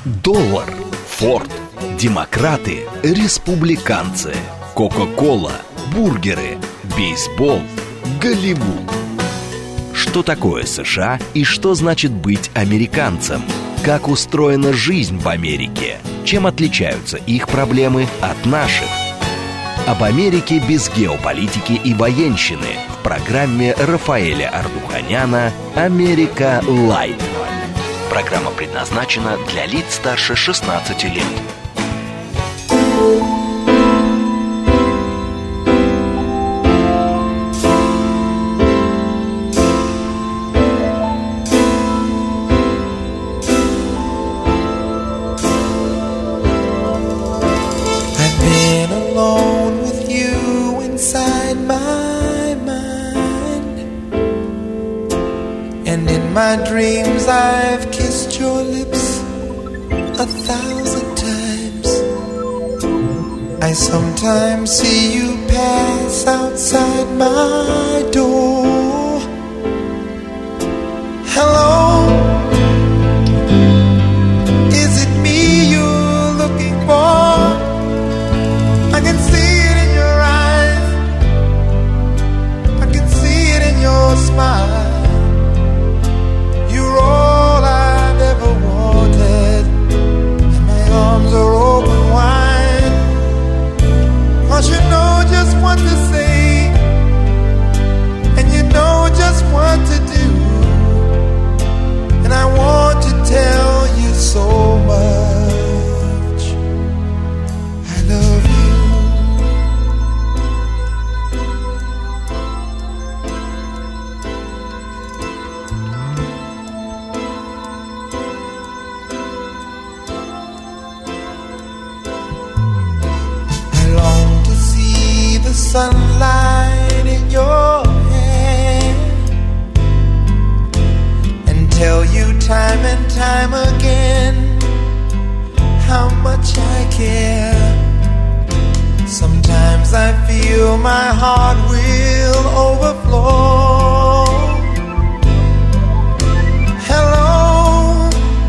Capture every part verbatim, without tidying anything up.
Доллар, Форд, демократы, республиканцы, Кока-кола, бургеры, бейсбол, Голливуд. Что такое США и что значит быть американцем? Как устроена жизнь в Америке? Чем отличаются их проблемы от наших? Об Америке без геополитики и военщины в программе Рафаэля Ардуханяна «Америка Лайт». Программа предназначена для лиц старше шестнадцати лет. My dreams, I've kissed your lips a thousand times. I sometimes see you pass outside my door. Hello, is it me you're looking for? I can see it in your eyes, I can see it in your smile. All I've ever wanted, and my arms are open wide, 'cause you know just what to say, and you know just what to do, and I want to tell you so much, I love you. Sunlight in your hair, and tell you time and time again how much I care. Sometimes I feel my heart will overflow. Hello,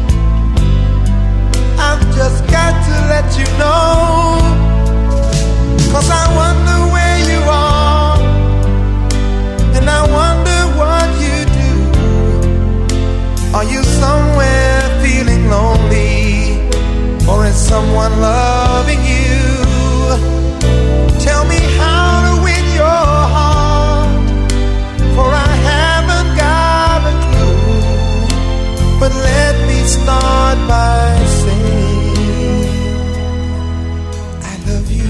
I've just got to let you know, 'cause I wonder where you are, and I wonder what you do. Are you somewhere feeling lonely, or is someone loving you? Tell me how to win your heart, for I haven't got a clue. But let me start by saying I love you.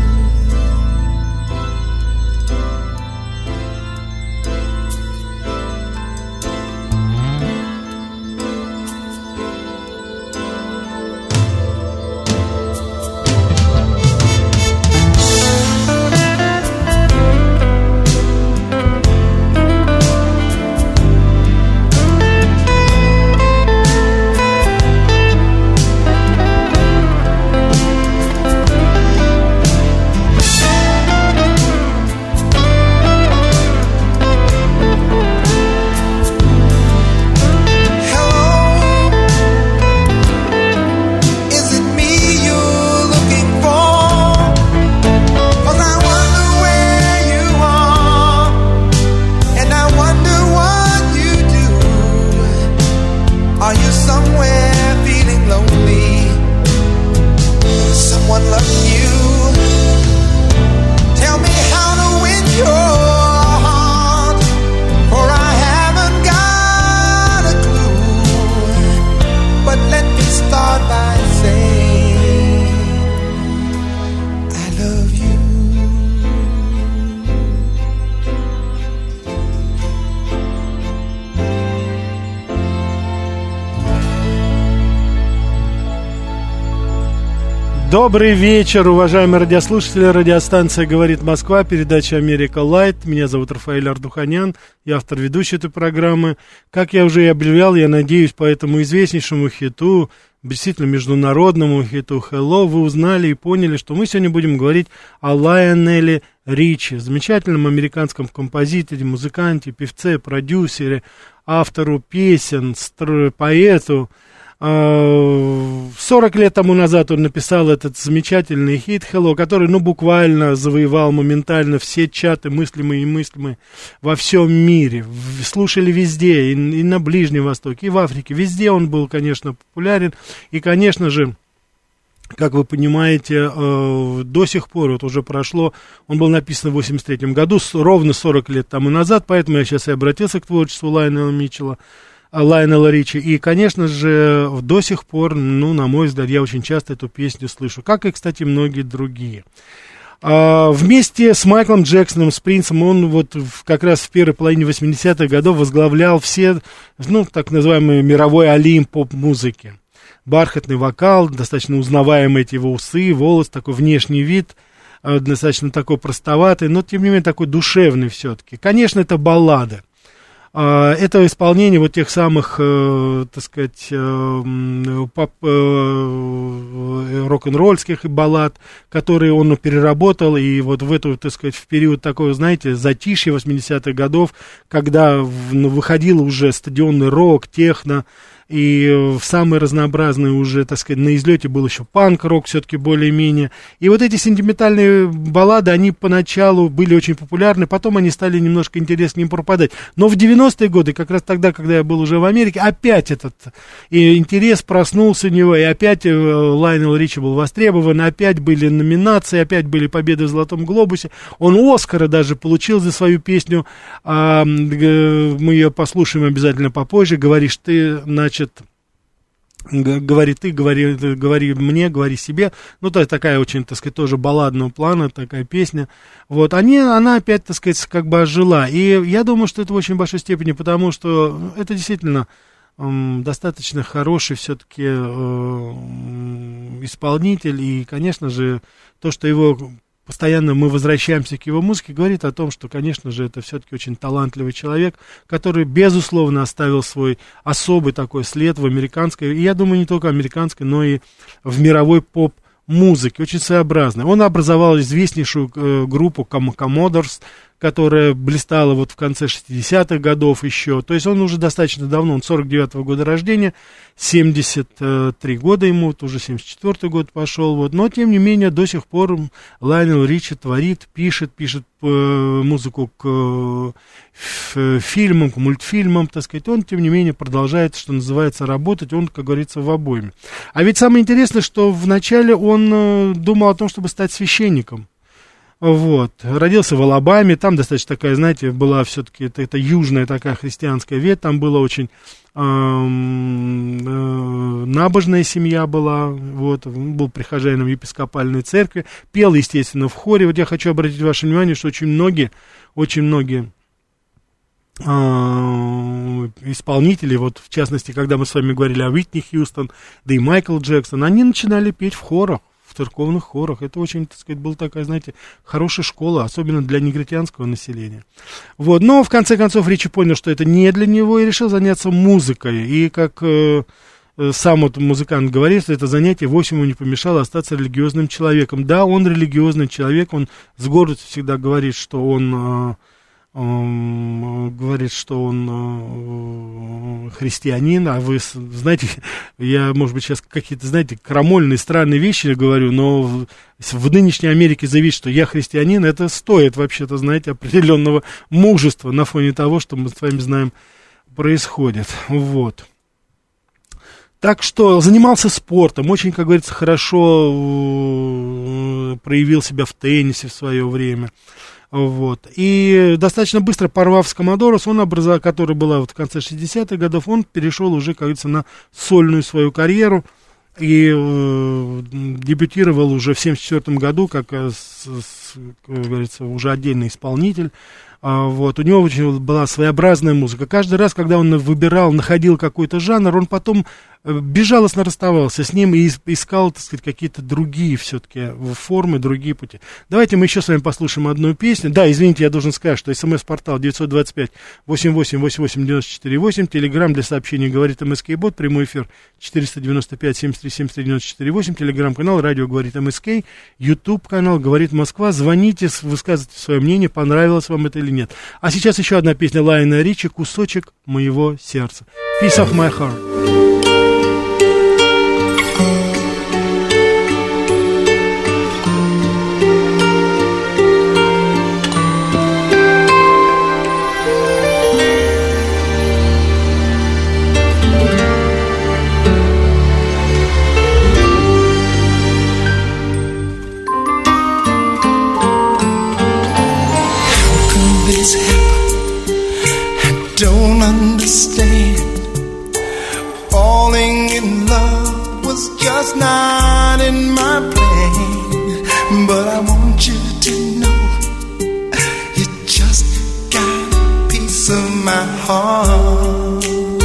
Добрый вечер, уважаемые радиослушатели. Радиостанция «Говорит Москва», передача «Америка Лайт». Меня зовут Рафаэль Ардуханян, я автор ведущей этой программы. Как я уже и объявлял, я надеюсь, по этому известнейшему хиту, действительно международному хиту «Hello», вы узнали и поняли, что мы сегодня будем говорить о Лайонеле Ричи, замечательном американском композиторе, музыканте, певце, продюсере, автору песен, поэту, сорок лет тому назад он написал этот замечательный хит «Hello», который, ну, буквально завоевал моментально все чаты мыслимые и немыслимые во всем мире. Слушали везде, и, и на Ближнем Востоке, и в Африке. Везде он был, конечно, популярен. И, конечно же, как вы понимаете, э, до сих пор, вот уже прошло, он был написан в восемьдесят третьем году, с, ровно сорок лет тому назад, поэтому я сейчас и обратился к творчеству Лайонела Митчелла, Лайонела Ричи, и, конечно же, до сих пор, ну, на мой взгляд, я очень часто эту песню слышу, как и, кстати, многие другие. А, вместе с Майклом Джексоном, с Принцем, он вот в, как раз в первой половине восьмидесятых годов возглавлял все, ну, так называемый мировой олимп поп-музыки. Бархатный вокал, достаточно узнаваемые эти его усы, волос, такой внешний вид, достаточно такой простоватый, но, тем не менее, такой душевный все-таки. Конечно, это баллады. Это исполнение вот тех самых, э, так сказать, э, поп, э, рок-н-ролльских баллад, которые он переработал, и вот в эту, так сказать, в период такого, знаете, затишья восьмидесятых годов, когда в, ну, выходил уже стадионный рок, техно, и в самые разнообразные уже, так сказать, на излете был еще панк-рок все-таки более-менее. И вот эти сентиментальные баллады, они поначалу были очень популярны, потом они стали немножко интереснее им пропадать. Но в девяностые годы, как раз тогда, когда я был уже в Америке, опять этот и интерес проснулся у него, и опять Лайонел Ричи был востребован, опять были номинации, опять были победы в Золотом Глобусе. Он Оскара даже получил за свою песню, а, мы ее послушаем обязательно попозже, «Говоришь ты», значит, говори ты, говори, говори мне, говори себе. Ну, то есть такая очень, так сказать, тоже балладного плана, такая песня. Вот, они, она опять, так сказать, как бы ожила. И я думаю, что это в очень большой степени, потому что это действительно эм, достаточно хороший все-таки э, исполнитель. И, конечно же, то, что его... Постоянно мы возвращаемся к его музыке, говорит о том, что, конечно же, это все-таки очень талантливый человек, который, безусловно, оставил свой особый такой след в американской, и я думаю, не только американской, но и в мировой поп-музыке, очень своеобразной. Он образовал известнейшую э, группу Commodores, которая блистала вот в конце шестидесятых годов еще, то есть он уже достаточно давно, он сорок девятого года рождения, семьдесят три года ему, вот уже семьдесят четвёртый год пошел, вот, но тем не менее до сих пор Лайонел Ричи творит, пишет, пишет э, музыку к э, фильмам, к мультфильмам, так сказать, он тем не менее продолжает, что называется, работать, он, как говорится, в обойме. А ведь самое интересное, что вначале он э, думал о том, чтобы стать священником. Вот, родился в Алабаме, там достаточно такая, знаете, была все-таки, это, это южная такая христианская ветвь, там была очень э, э, набожная семья была, вот, он был прихожанином епископальной церкви, пел, естественно, в хоре. Вот я хочу обратить ваше внимание, что очень многие, очень многие э, исполнители, вот, в частности, когда мы с вами говорили о Уитни Хьюстон, да и Майкл Джексон, они начинали петь в хорах. В церковных хорах. Это очень, так сказать, была такая, знаете, хорошая школа, особенно для негритянского населения. Вот. Но, в конце концов, Ричи понял, что это не для него, и решил заняться музыкой. И, как э, сам вот музыкант говорит, что это занятие вовсе ему не помешало остаться религиозным человеком. Да, он религиозный человек, он с гордостью всегда говорит, что он... Э, Он говорит, что он э, христианин, а вы знаете, я, может быть, сейчас какие-то, знаете, крамольные, странные вещи говорю, но в, в нынешней Америке заявить, что я христианин, это стоит, вообще-то, знаете, определенного мужества на фоне того, что мы с вами знаем происходит, вот. Так что занимался спортом, очень, как говорится, хорошо э, проявил себя в теннисе в свое время. Вот. И достаточно быстро, порвав с Commodores, он образовал, которая была вот в конце шестидесятых годов, он перешел уже, как говорится, на сольную свою карьеру и э, дебютировал уже в семьдесят четвёртом году, как, с, с, как говорится, уже отдельный исполнитель. А, вот. У него очень была своеобразная музыка. Каждый раз, когда он выбирал, находил какой-то жанр, он потом безжалостно расставался с ним и искал, так сказать, какие-то другие все-таки формы, другие пути. Давайте мы еще с вами послушаем одну песню. Да, извините, я должен сказать, что смс-портал девять два пять восемь восемь восемь восемь девять четыре восемь, телеграмм для сообщений говорит МСК-бот, прямой эфир четыреста девяносто пять семьдесят три семьдесят три девяносто четыре восемь, телеграм-канал радио говорит МСК, ютуб-канал говорит Москва. Звоните, высказывайте свое мнение, понравилось вам это или нет. А сейчас еще одна песня Лайонела Ричи, «Кусочек моего сердца». Piece of my heart. was not in my plan, but I want you to know you just got a piece of my heart.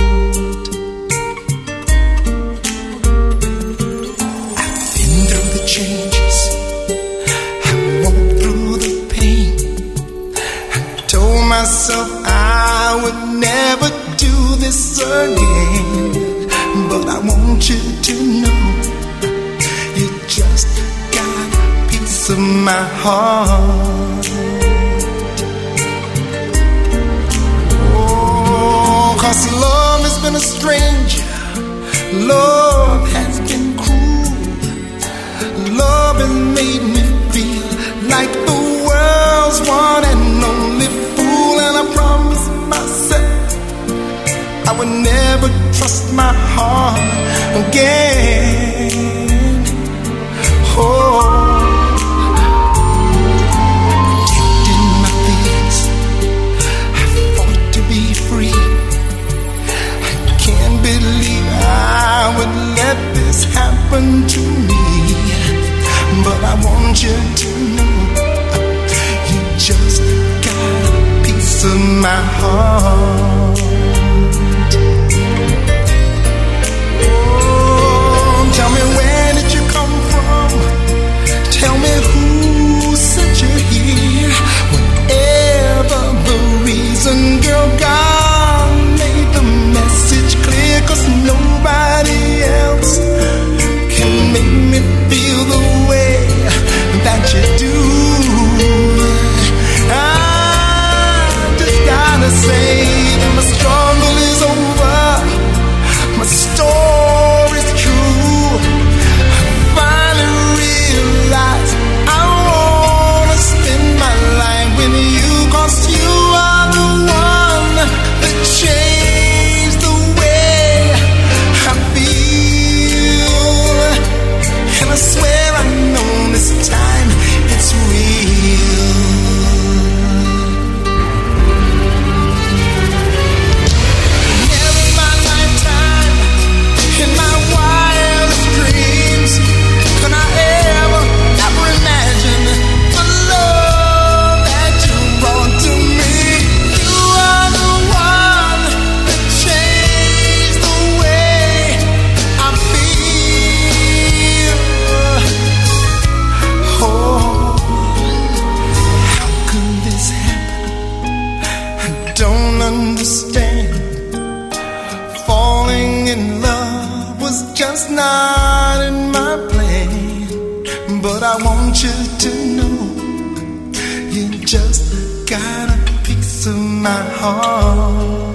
I've been through the changes, I walked through the pain. I told myself I would never do this again, but I want you to know you just got a piece of my heart. Oh, 'cause love has been a stranger, love has been cruel, love has made me feel like the world's one and only fool, and I promised myself I would never trust my heart again. Oh, protecting my feelings, I fought to be free. I can't believe I would let this happen to me, but I want you to know you just got a piece of my heart. Tell me, where did you come from? Tell me who sent you here. Whatever the reason, girl, God made the message clear, 'cause nobody else can make me feel the way that you do. I just gotta say that my struggle is over, my story's true. I finally realized I wanna spend my life with you, 'cause you are the one that changed the way I feel. And I swear I know this time it's real. Never in my lifetime, in my wildest dreams, could I ever, ever imagine the love that you brought to me. You are the one that changed the way I feel. Oh, how could this happen? I don't understand. Falling in love was just not in my plan, but I want you to know you just got a piece of my heart.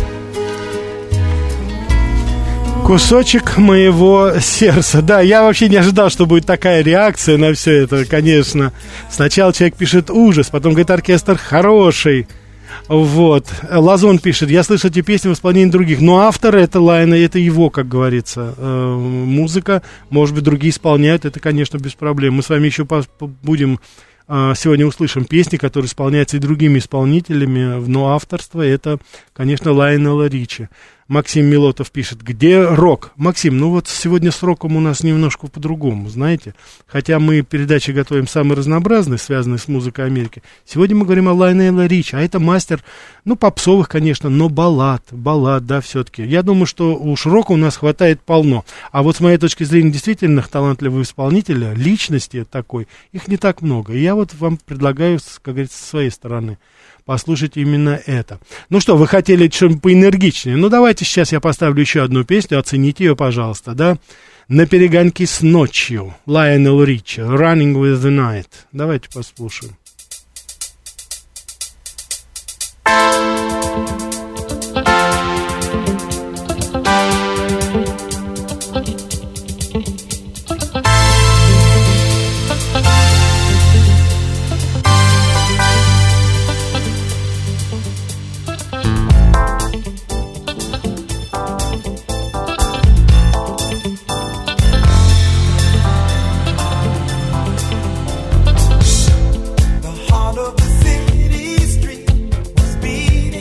Кусочек моего сердца. Да, я вообще не ожидал, что будет такая реакция на все это, конечно. Сначала человек пишет ужас, потом говорит, оркестр хороший. Вот. Лазон пишет, я слышу эти песни в исполнении других, но автор это Лайна, это его, как говорится, э, музыка, может быть, другие исполняют, это, конечно, без проблем. Мы с вами еще по- по- будем, э, сегодня услышим песни, которые исполняются и другими исполнителями, но авторство это, конечно, Лайонела Ричи. Максим Милотов пишет, где рок? Максим, ну вот сегодня с роком у нас немножко по-другому, знаете. Хотя мы передачи готовим самые разнообразные, связанные с музыкой Америки. Сегодня мы говорим о Лайонеле Ричи, а это мастер, ну, попсовых, конечно, но баллад, баллад, да, все-таки. Я думаю, что уж рока у нас хватает полно. А вот с моей точки зрения, действительно талантливого исполнителя, личности такой, их не так много. И я вот вам предлагаю, как говорится, с своей стороны послушать именно это. Ну что, вы хотели что-нибудь поэнергичнее? Ну, давайте сейчас я поставлю еще одну песню, оцените ее, пожалуйста, да? «На перегонки с ночью», Лайонел Ричи, «Running with the Night». Давайте послушаем. The heart of the city street was beating.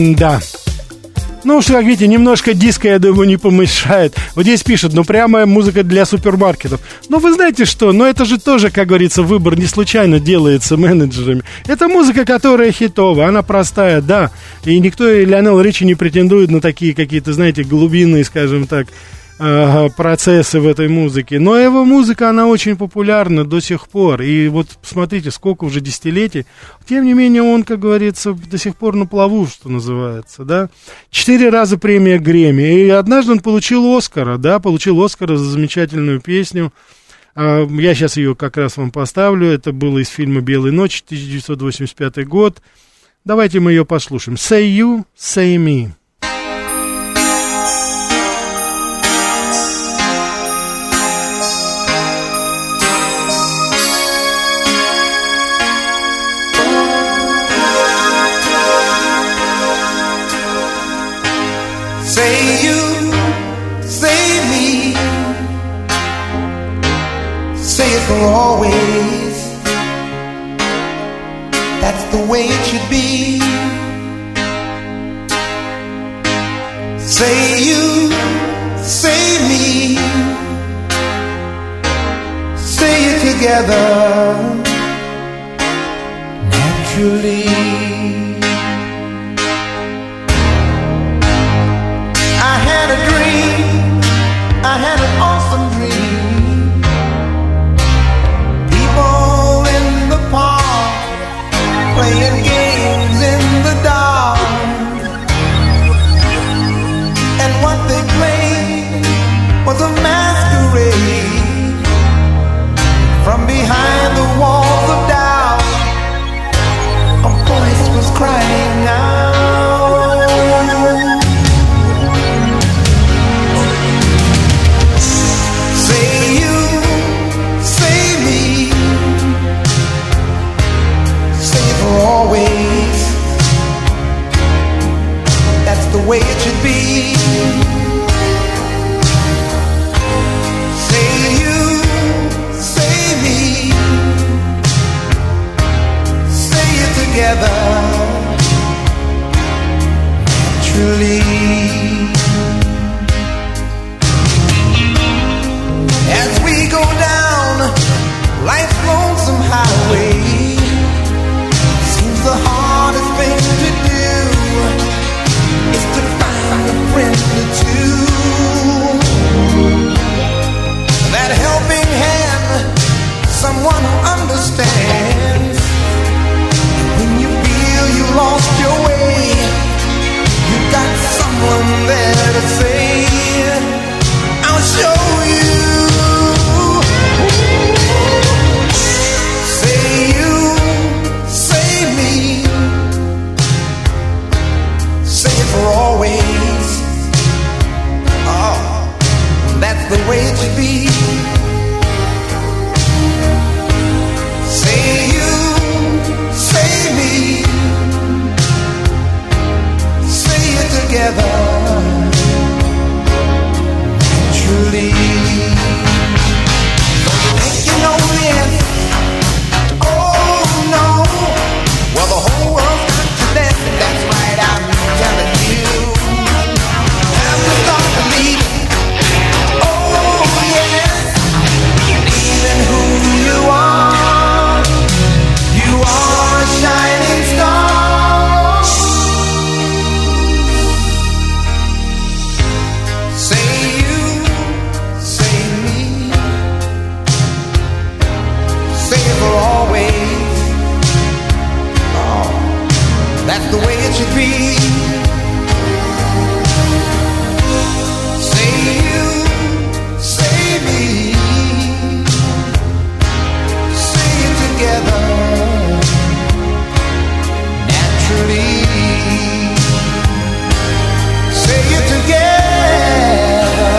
Да. Ну уж, как видите, немножко диска, я думаю, не помешает. Вот здесь пишут, ну прямо музыка для супермаркетов. Ну вы знаете что, ну это же тоже, как говорится, выбор не случайно делается менеджерами. Это музыка, которая хитовая, она простая, да. И никто, и Лионел Ричи не претендует на такие какие-то, знаете, глубинные, скажем так, процессы в этой музыке. Но его музыка, она очень популярна до сих пор. И вот посмотрите, сколько уже десятилетий. Тем не менее, он, как говорится, до сих пор на плаву, что называется, да. Четыре раза премия Грэмми. И однажды он получил Оскара, да, получил Оскара за замечательную песню. Я сейчас ее как раз вам поставлю. Это было из фильма «Белые ночи», тысяча девятьсот восемьдесят пятый год. Давайте мы ее послушаем. Say You, Say Me. Say you, say me, say it for always. That's the way it should be. Say you, say me, say it together naturally. I had an awesome dream. People in the park playing games in the dark, and what they played was a masquerade. From behind the walls of doubt, a voice was crying out. Always, that's the way it should be. Say you, say me, say it together naturally. As we go down life's lonesome highway, the hardest thing to do is to find a friend or two. That helping hand, someone who understands. When you feel you lost your way, you got someone there to say, I'll show you. Say you, for always. Oh, that's the way it should be. Say you, say me, say it together naturally. Don't think you know this. Oh no. Well, the whole world's got to that. That's right, I'm telling you. Have to start believing. Oh yes, believe in who you are. You are a shining star. Say you, say me, say it for always. Oh, that's the way it should be. Say you, say me, say it together naturally. Say it together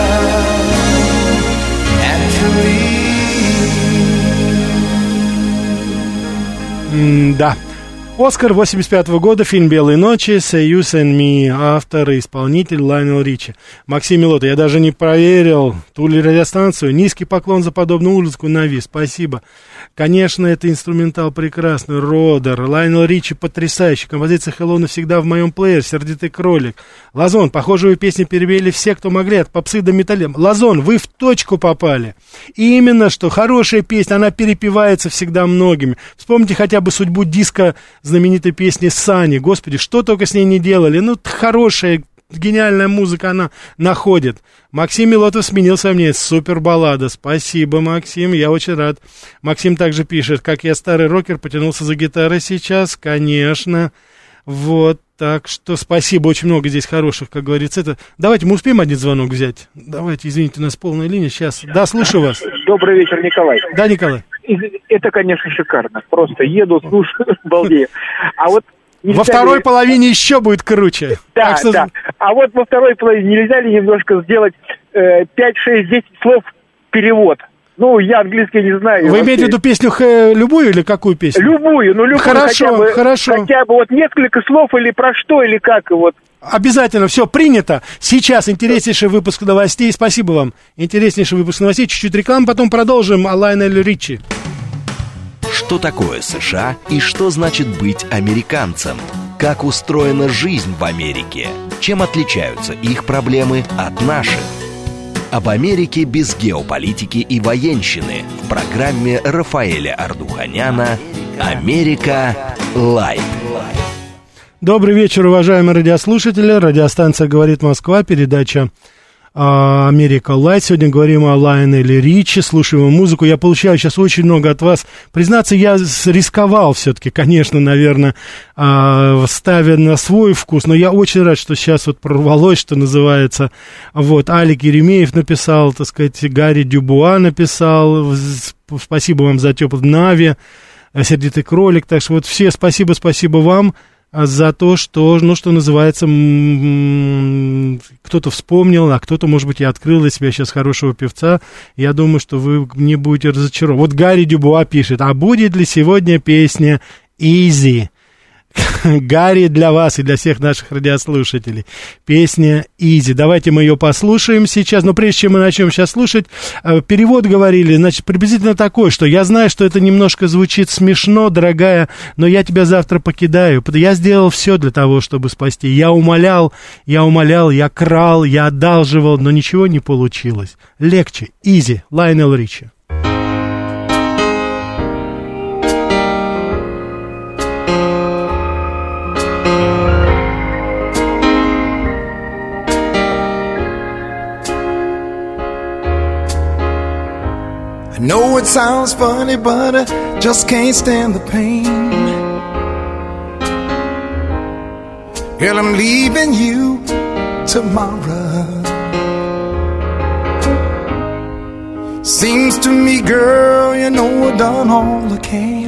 naturally. М-да. Оскар восемьдесят пятого года, фильм «Белые ночи», «Say You and Me», автор и исполнитель Лайонел Ричи. Максим Милота, я даже не проверил ту ли радиостанцию. Низкий поклон за подобную музыку, Нави, спасибо. Конечно, это инструментал прекрасный, Родер, Лайонел Ричи потрясающий, композиция «Hello» навсегда в моем плеере, «Сердитый кролик». Лазон, похожую песню перебили все, кто могли, от попсы до металла. Лазон, вы в точку попали. И именно что, хорошая песня, она перепевается всегда многими. Вспомните хотя бы судьбу диска знаменитой песни «Сани». Господи, что только с ней не делали. Ну, хорошая, гениальная музыка она находит. Максим Милотов сменил свое мнение. Супер баллада. Спасибо, Максим, я очень рад. Максим также пишет, как я старый рокер, потянулся за гитарой сейчас. Конечно. Вот, так что спасибо, очень много здесь хороших, как говорится. Это... Давайте, мы успеем один звонок взять? Давайте, извините, у нас полная линия. Сейчас. Да, слушаю вас. Добрый вечер, Николай. Да, Николай. Это, конечно, шикарно. Просто еду, слушаю, балдею. А вот во второй ли... половине еще будет круче. Да, что... да. А вот во второй половине нельзя ли немножко сделать э, пять, шесть, десять слов перевод? Ну, я английский не знаю. Вы вообще. имеете в виду песню х... любую или какую песню? Любую, ну любую. Хорошо, хотя бы, хорошо. Хотя бы вот несколько слов или про что, или как, вот. Обязательно, все принято. Сейчас интереснейший выпуск новостей. Спасибо вам. Интереснейший выпуск новостей. Чуть-чуть рекламы, потом продолжим о Лайонеле Ричи. Что такое США и что значит быть американцем? Как устроена жизнь в Америке? Чем отличаются их проблемы от наших? Об Америке без геополитики и военщины в программе Рафаэля Ардуханяна «Америка Лайт». Добрый вечер, уважаемые радиослушатели. Радиостанция «Говорит Москва», передача «Америка Лайт». Сегодня говорим о Лайонеле Ричи, слушаем его музыку. Я получаю сейчас очень много от вас. Признаться, я рисковал все-таки, конечно, наверное, ставя на свой вкус, но я очень рад, что сейчас вот прорвалось, что называется. Вот, Алик Еремеев написал, так сказать, Гарри Дюбуа написал. Спасибо вам за теплый Нави, «Сердитый кролик». Так что вот все спасибо, спасибо вам за то, что, ну, что называется, кто-то вспомнил, а кто-то, может быть, и открыл для себя сейчас хорошего певца. Я думаю, что вы не будете разочарованы. Вот Гарри Дюбуа пишет, а будет ли сегодня песня «Easy»? Гарри, для вас и для всех наших радиослушателей. Песня «Easy». Давайте мы ее послушаем сейчас. Но прежде чем мы начнем сейчас слушать, перевод говорили, значит, приблизительно такой, что я знаю, что это немножко звучит смешно, дорогая, но я тебя завтра покидаю. Я сделал все для того, чтобы спасти. Я умолял, я умолял, я крал, я одалживал, но ничего не получилось. Легче. «Easy». Лайонел Ричи. I know it sounds funny, but I just can't stand the pain. Girl, I'm leaving you tomorrow. Seems to me, girl, you know I've done all I can.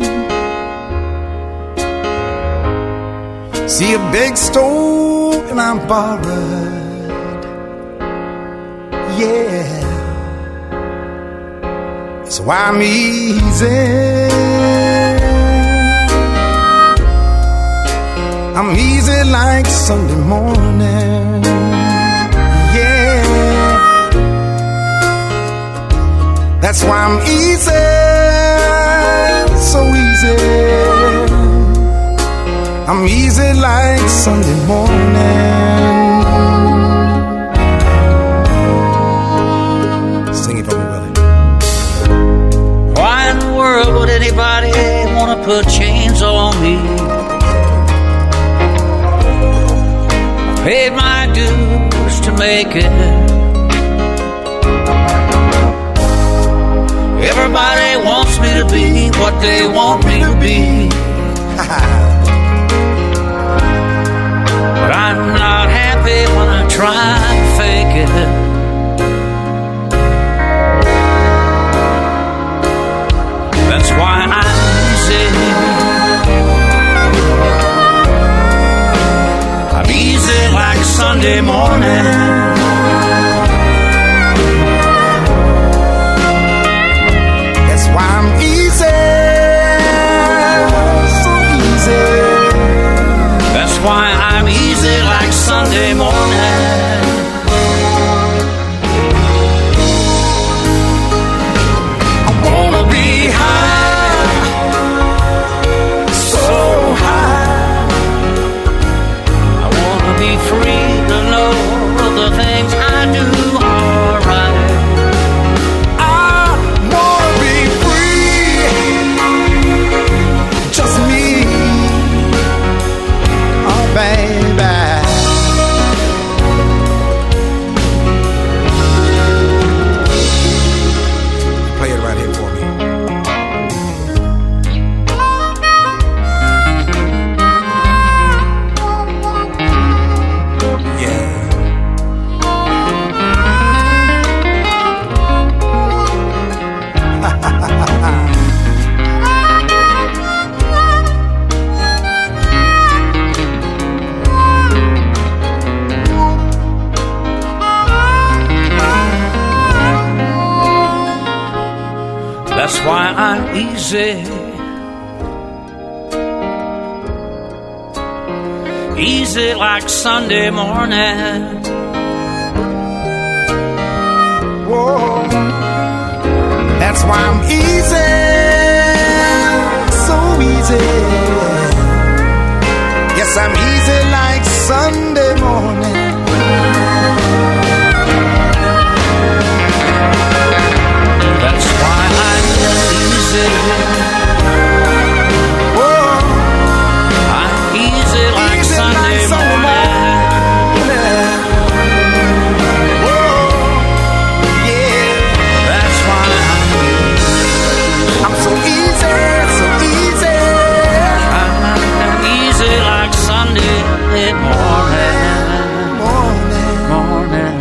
See a big stove and I'm borrowed. Yeah. So I'm easy. I'm easy like Sunday morning. Yeah. That's why I'm easy. So easy. I'm easy like Sunday morning. Sing it for me, Willie. Why in the world would anybody want to put chains on me? I paid my dues to make it. Everybody wants me to be what they want me to be. But I'm not happy when I try to fake it. That's why I'm easy. I'm easy like Sunday morning. That's why I'm easy. So easy. Sunday morning. I wanna be high, so high. I wanna be free to know the things I do are right. I wanna be free, just me, oh baby. Play it right here for me. Yeah. That's why I'm easy, easy like Sunday morning. Whoa. That's why I'm easy, so easy. Yes, I'm easy like Sunday morning. That's why I'm easy. Whoa. I'm easy like Easy Sunday like Sunday morning. Whoa. Yeah. That's why I'm I'm so easy, so easy. I'm easy like Sunday morning. Morning. Morning.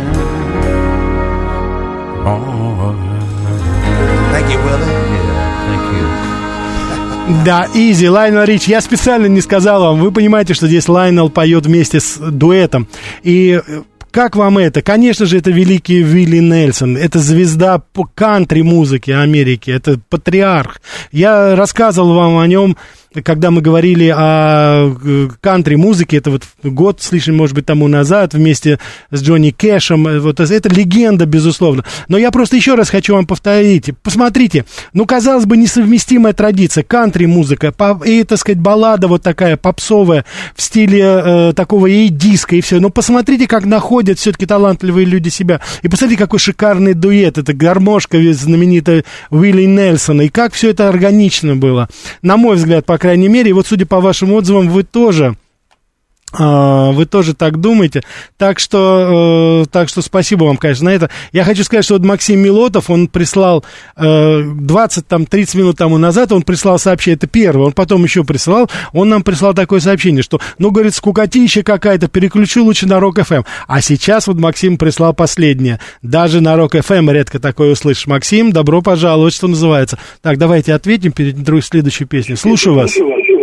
Morning. Thank you, Willie. Thank you. Да, Easy, Лайонел Ричи. Я специально не сказал вам. Вы понимаете, что здесь Лайонел поет вместе с дуэтом. И как вам это? Конечно же, это великий Уилли Нельсон. Это звезда кантри-музыки Америки. Это патриарх. Я рассказывал вам о нем, когда мы говорили о кантри-музыке, это вот год с лишним, может быть, тому назад, вместе с Джонни Кэшем, вот это легенда, безусловно. Но я просто еще раз хочу вам повторить, посмотрите, ну, казалось бы, несовместимая традиция, кантри-музыка, и, так сказать, баллада вот такая попсовая, в стиле э, такого и диска, и все, но посмотрите, как находят все-таки талантливые люди себя, и посмотрите, какой шикарный дуэт, это гармошка знаменитая Уилли Нельсона, и как все это органично было, на мой взгляд, по крайней мере, и вот судя по вашим отзывам, вы тоже, э, вы тоже так думаете, так что, э, так что спасибо вам, конечно, на это. Я хочу сказать, что вот Максим Милотов, он прислал э, двадцать-тридцать минут тому назад, он прислал сообщение, это первое, он потом еще присылал, он нам прислал такое сообщение, что, ну, говорит, скукотища какая-то, переключу лучше на Рок эф эм. А сейчас вот Максим прислал последнее, даже на Рок эф эм редко такое услышишь. Максим, добро пожаловать, что называется. Так, давайте ответим перед другой следующей песней. Слушаю вас.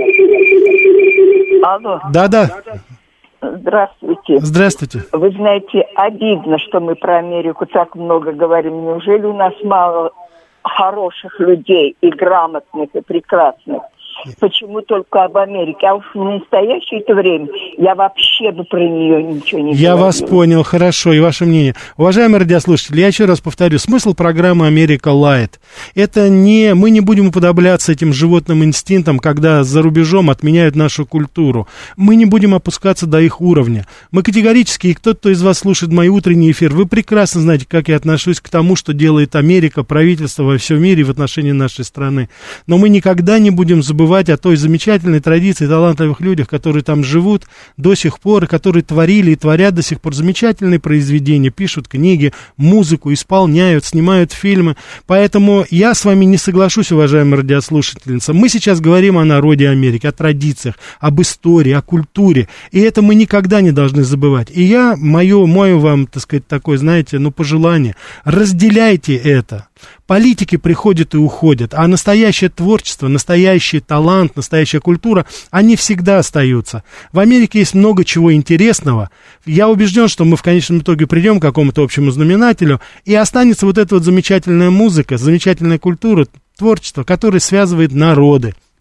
Алло. Да-да. Здравствуйте. Здравствуйте. Вы знаете, обидно, что мы про Америку так много говорим. Неужели у нас мало хороших людей и грамотных, и прекрасных? Почему только об Америке? А уж в настоящее время я вообще бы про нее ничего не Я говорила. вас понял, хорошо, и ваше мнение. Уважаемые радиослушатели, я еще раз повторю, смысл программы «Америка Лайт» — это не, мы не будем уподобляться этим животным инстинктам, когда за рубежом отменяют нашу культуру. Мы не будем опускаться до их уровня. Мы категорически, и кто-то из вас слушает мой утренний эфир, вы прекрасно знаете, как я отношусь к тому, что делает Америка, правительство во всем мире в отношении нашей страны. Но мы никогда не будем забывать о той замечательной традиции талантливых людях, которые там живут до сих пор, и которые творили и творят до сих пор замечательные произведения, пишут книги, музыку, исполняют, снимают фильмы. Поэтому я с вами не соглашусь, уважаемая радиослушательница. Мы сейчас говорим о народе Америки, о традициях, об истории, о культуре. И это мы никогда не должны забывать. И я, мое, мое вам, так сказать, такое, знаете, ну, пожелание. Разделяйте это. Политики приходят и уходят, а настоящее творчество, настоящий талант, настоящая культура, они всегда остаются. В Америке есть много чего интересного. Я убежден, что мы в конечном итоге придем к какому-то общему знаменателю, и останется вот эта вот замечательная музыка, замечательная культура, творчество, которое связывает народы.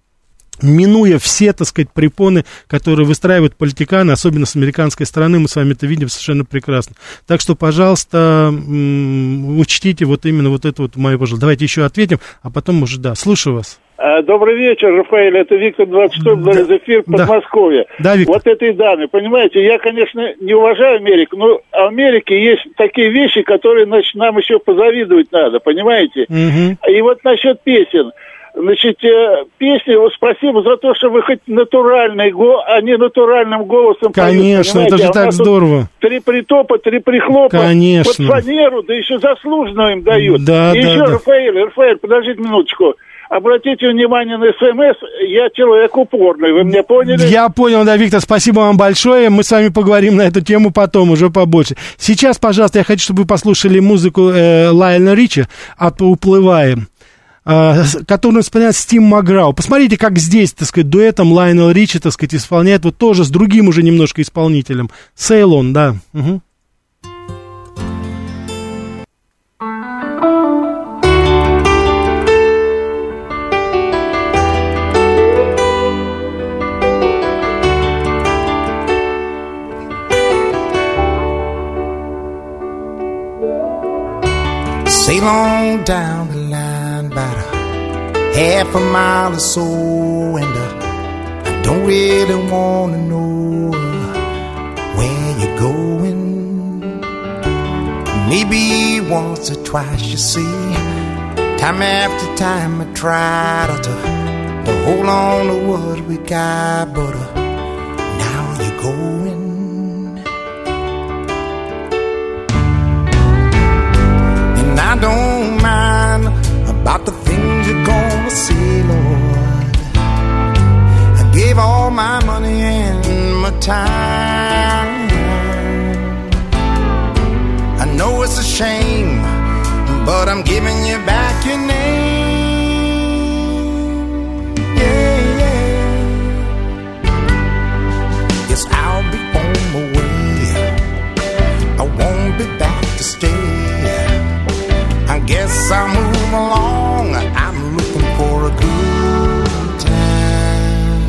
минуя все, так сказать, препоны, которые выстраивают политиканы, особенно с американской стороны, мы с вами это видим совершенно прекрасно. Так что, пожалуйста, учтите вот именно вот это вот мое пожелание. Давайте еще ответим, а потом, может, да, слушаю вас. Добрый вечер, Рафаэль, это Виктор, двадцать шестой, да, эфир, Подмосковье. Да, Виктор. Вот этой даме, понимаете, я, конечно, не уважаю Америку, но в Америке есть такие вещи, которые, значит, нам еще позавидовать надо, понимаете? Угу. И вот насчет песен. Значит, песни, вот спасибо за то, что вы хоть натуральный, го, а не натуральным голосом Конечно, поют, это же а так здорово. Три притопа, три прихлопа. Конечно. Под фанеру, да еще заслуженно им дают. Да, И да, еще, да. Рафаэль, Рафаэль, подождите минуточку. Обратите внимание на СМС, я человек упорный, вы меня поняли? Я понял, да, Виктор, спасибо вам большое, мы с вами поговорим на эту тему потом, уже побольше. Сейчас, пожалуйста, я хочу, чтобы вы послушали музыку э, Лайонела Ричи от «Уплываем», э, которую исполняет Тим Макграу. Посмотрите, как здесь, так сказать, дуэтом Лайонел Ричи, так сказать, исполняет, вот тоже с другим уже немножко исполнителем. «Сейлон», да. Угу. Sail on down the line about a half a mile or so, and uh, I don't really want to know where you're going. Maybe once or twice, you see, time after time I try to, to hold on to what we got, but uh, now you're going. I don't mind about the things you're gonna see, Lord. I gave all my money and my time. I know it's a shame, but I'm giving you back your name. Yeah, yeah. Yes, I'll be on my way. I won't be back to stay. I guess I'll move along. I'm looking for a good time.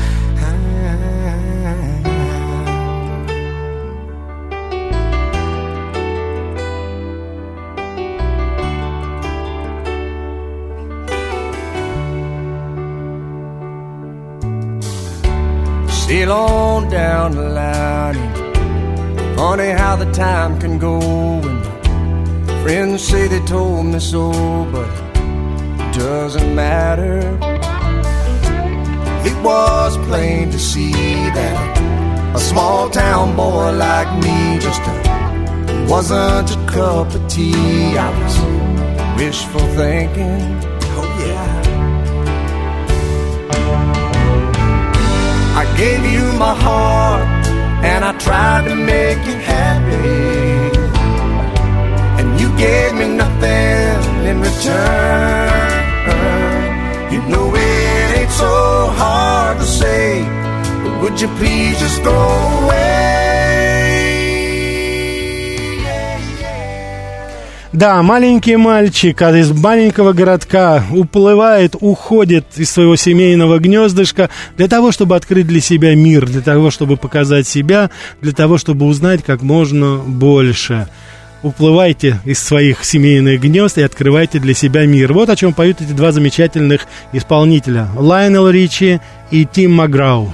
Sail on down the line. Funny how the time can go when friends say they told me so, but it doesn't matter. It was plain to see that a small town boy like me just uh, wasn't a cup of tea. I was wishful thinking, oh yeah. I gave you my heart and I tried to make you happy. You gave me nothing in return. You know it ain't so hard to say, but would you please just go away? Yeah, yeah. Да, маленький мальчик из маленького городка уплывает, уходит из своего семейного гнездышка для того, чтобы открыть для себя мир, для того, чтобы показать себя, для того, чтобы узнать как можно больше. Уплывайте из своих семейных гнезд и открывайте для себя мир. Вот о чем поют эти два замечательных исполнителя. Лайонел Ричи и Тим Макграу.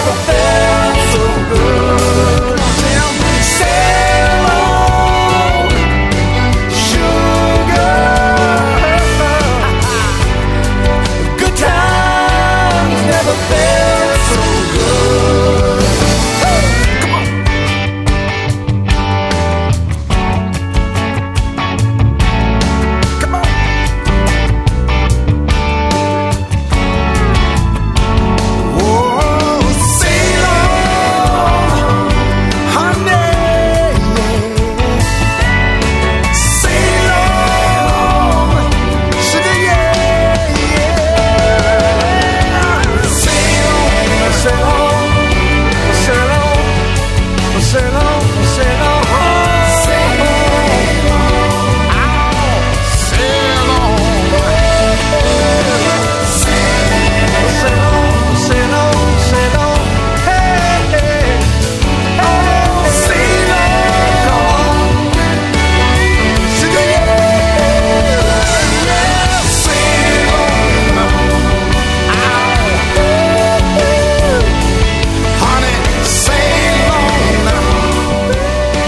Sail on.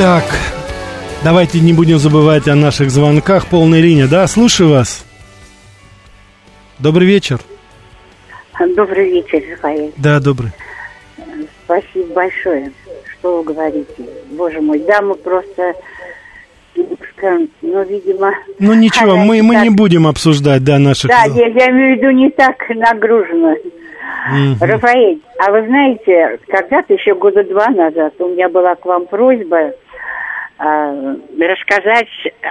Так, давайте не будем забывать о наших звонках. Полная линия, да? Слушаю вас. Добрый вечер. Добрый вечер, Рафаэль. Да, добрый. Спасибо большое, что вы говорите. Боже мой, да, мы просто... Ну, видимо... Ну, ничего, мы, мы так... не будем обсуждать, да, наших... Да, я, я имею в виду не так нагружено. Mm-hmm. Рафаэль, а вы знаете, когда-то еще года два назад у меня была к вам просьба э, рассказать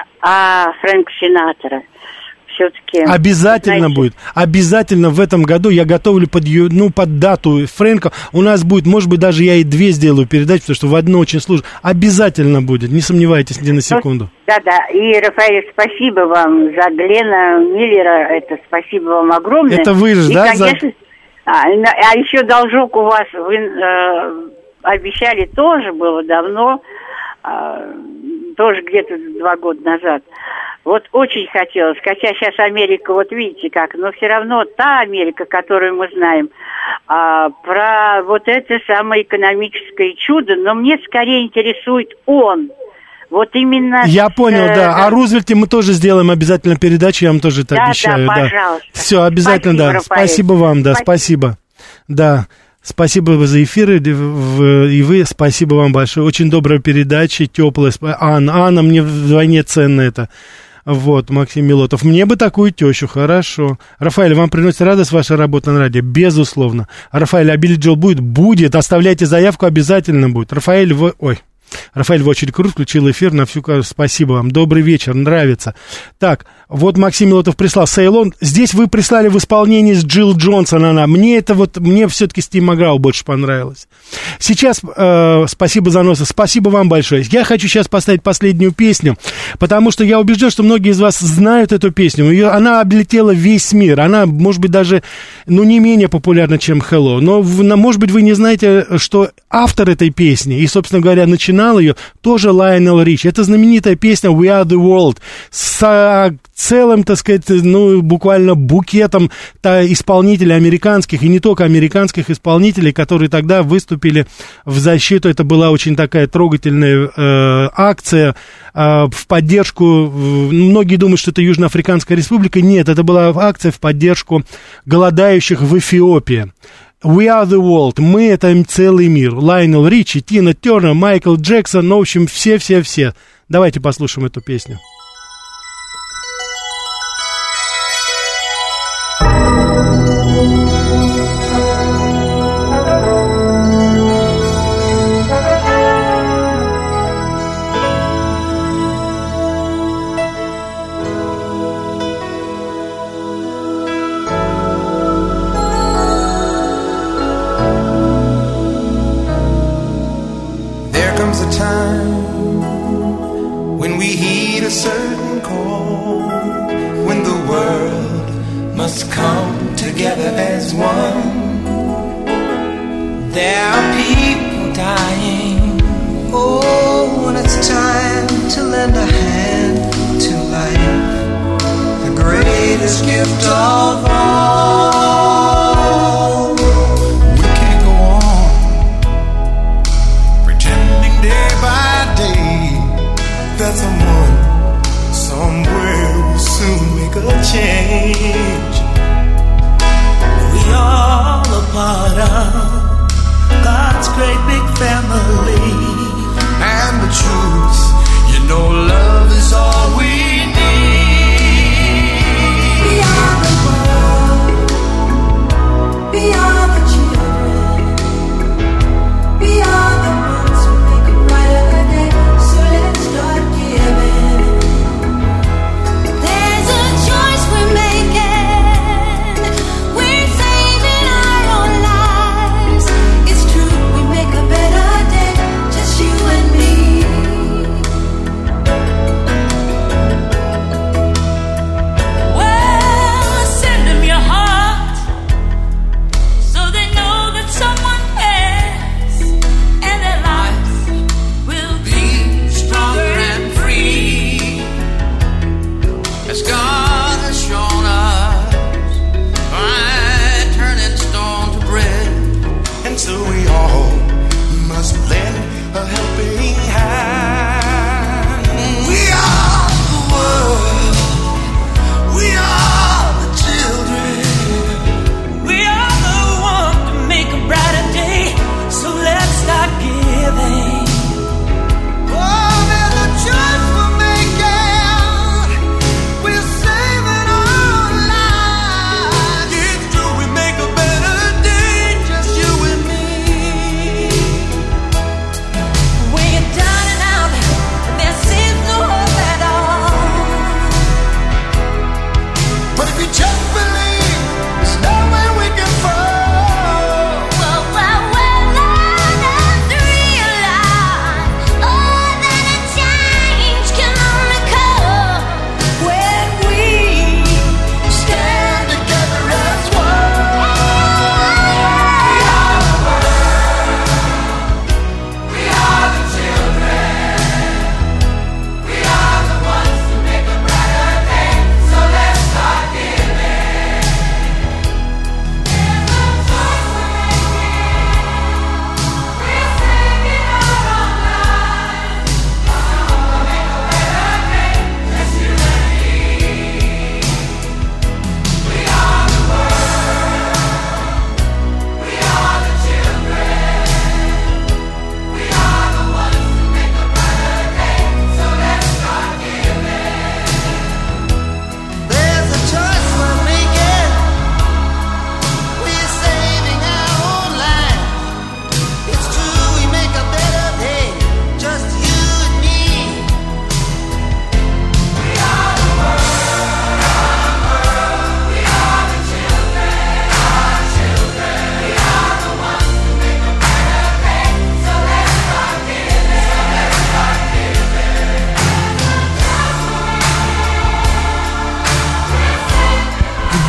о Фрэнке Синатра. Все-таки... Обязательно знаете... будет. Обязательно в этом году я готовлю под, ну, под дату Фрэнка. У нас будет, может быть, даже я и две сделаю передачи, потому что в одну очень сложно. Обязательно будет, не сомневайтесь ни на секунду. Ну, да-да, и, Рафаэль, спасибо вам за Глена Миллера, это спасибо вам огромное. Это вы же, и, да? Конечно, за... а, а еще должок у вас, вы э, обещали, тоже было давно, э, тоже где-то два года назад. Вот очень хотелось, хотя сейчас Америка, вот видите как, но все равно та Америка, которую мы знаем, а, про вот это самое экономическое чудо, но мне скорее интересует он. Вот именно... Я понял, э, да. О Рузвельте мы тоже сделаем обязательно передачу, я вам тоже это да, обещаю. Да, пожалуйста. Все, обязательно, спасибо, да. Рафаэль. Спасибо вам, да, спасибо. Да. Спасибо за эфир, и вы, спасибо вам большое. Очень добрая передача, теплая. Анна, Анна, мне вдвойне ценно это. Вот, Максим Милотов. Мне бы такую тещу, хорошо. Рафаэль, вам приносит радость ваша работа на радио? Безусловно. Рафаэль, а Билли Джоэл будет? Будет. Оставляйте заявку, обязательно будет. Рафаэль, вы... Ой. Рафаэль, вы очень круто включил эфир на всю... Спасибо вам. Добрый вечер, нравится. Так, вот Максим Милотов прислал. Сейлон. Здесь вы прислали в исполнении с Джилл Джонсон. Она. Мне это вот... Мне все-таки Стив Макграу больше понравилось. Сейчас... Э, спасибо за носы. Спасибо вам большое. Я хочу сейчас поставить последнюю песню, потому что я убежден, что многие из вас знают эту песню. Ее, она облетела весь мир. Она, может быть, даже, ну, не менее популярна, чем Hello. Но, может быть, вы не знаете, что автор этой песни и, собственно говоря, начинал ее тоже Лайонел Ричи. Это знаменитая песня We Are The World с целым, так сказать, ну, буквально букетом исполнителей американских, и не только американских исполнителей, которые тогда выступили в защиту. Это была очень такая трогательная э, акция э, в поддержку, многие думают, что это Южноафриканская республика. Нет, это была акция в поддержку голодающих в Эфиопии. We are the world. Мы — это целый мир. Лайонел Ричи, Тина Тернер, Майкл Джексон, ну, в общем, все-все-все. Давайте послушаем эту песню. We are the world.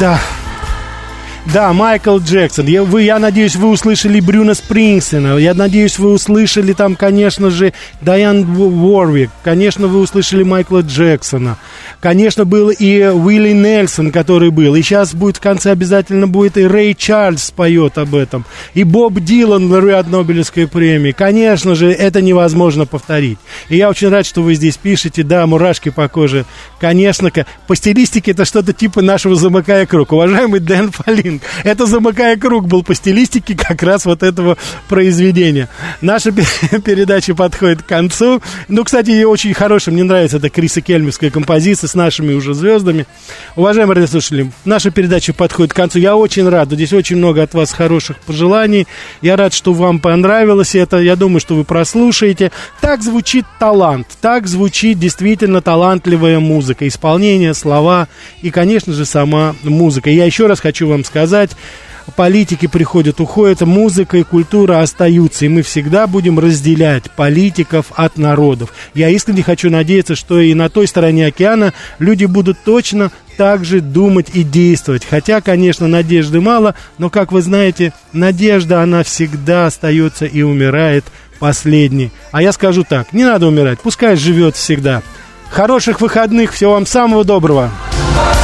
Да. Да, Майкл Джексон. Я, вы, я надеюсь, вы услышали Брюна Спрингстина. Я надеюсь, вы услышали там, конечно же, Дайан Уорвик. Конечно, вы услышали Майкла Джексона. Конечно, был и Уилли Нельсон, который был. И сейчас будет в конце обязательно будет и Рэй Чарльз споет об этом. И Боб Дилан, лауреат Нобелевской премии. Конечно же, это невозможно повторить. И я очень рад, что вы здесь пишете. Да, мурашки по коже. Конечно, по стилистике это что-то типа нашего «Замыкая круг». Уважаемый Дэн Фолин, это «Замыкая круг» был по стилистике как раз вот этого произведения. Наша передача подходит к концу. Ну, кстати, очень хорошая, мне нравится эта Криса Кельмовская композиция с нашими уже звездами. Уважаемые радиослушатели, наша передача подходит к концу. Я очень рад. Здесь очень много от вас хороших пожеланий. Я рад, что вам понравилось это. Я думаю, что вы прослушаете. Так звучит талант. Так звучит действительно талантливая музыка. Исполнение, слова и, конечно же, сама музыка. Я еще раз хочу вам сказать, Сказать, политики приходят, уходят, музыка и культура остаются, и мы всегда будем разделять политиков от народов. Я искренне хочу надеяться, что и на той стороне океана люди будут точно так же думать и действовать. Хотя, конечно, надежды мало, но, как вы знаете, надежда, она всегда остается и умирает последней. А я скажу так, не надо умирать, пускай живет всегда. Хороших выходных, всего вам самого доброго.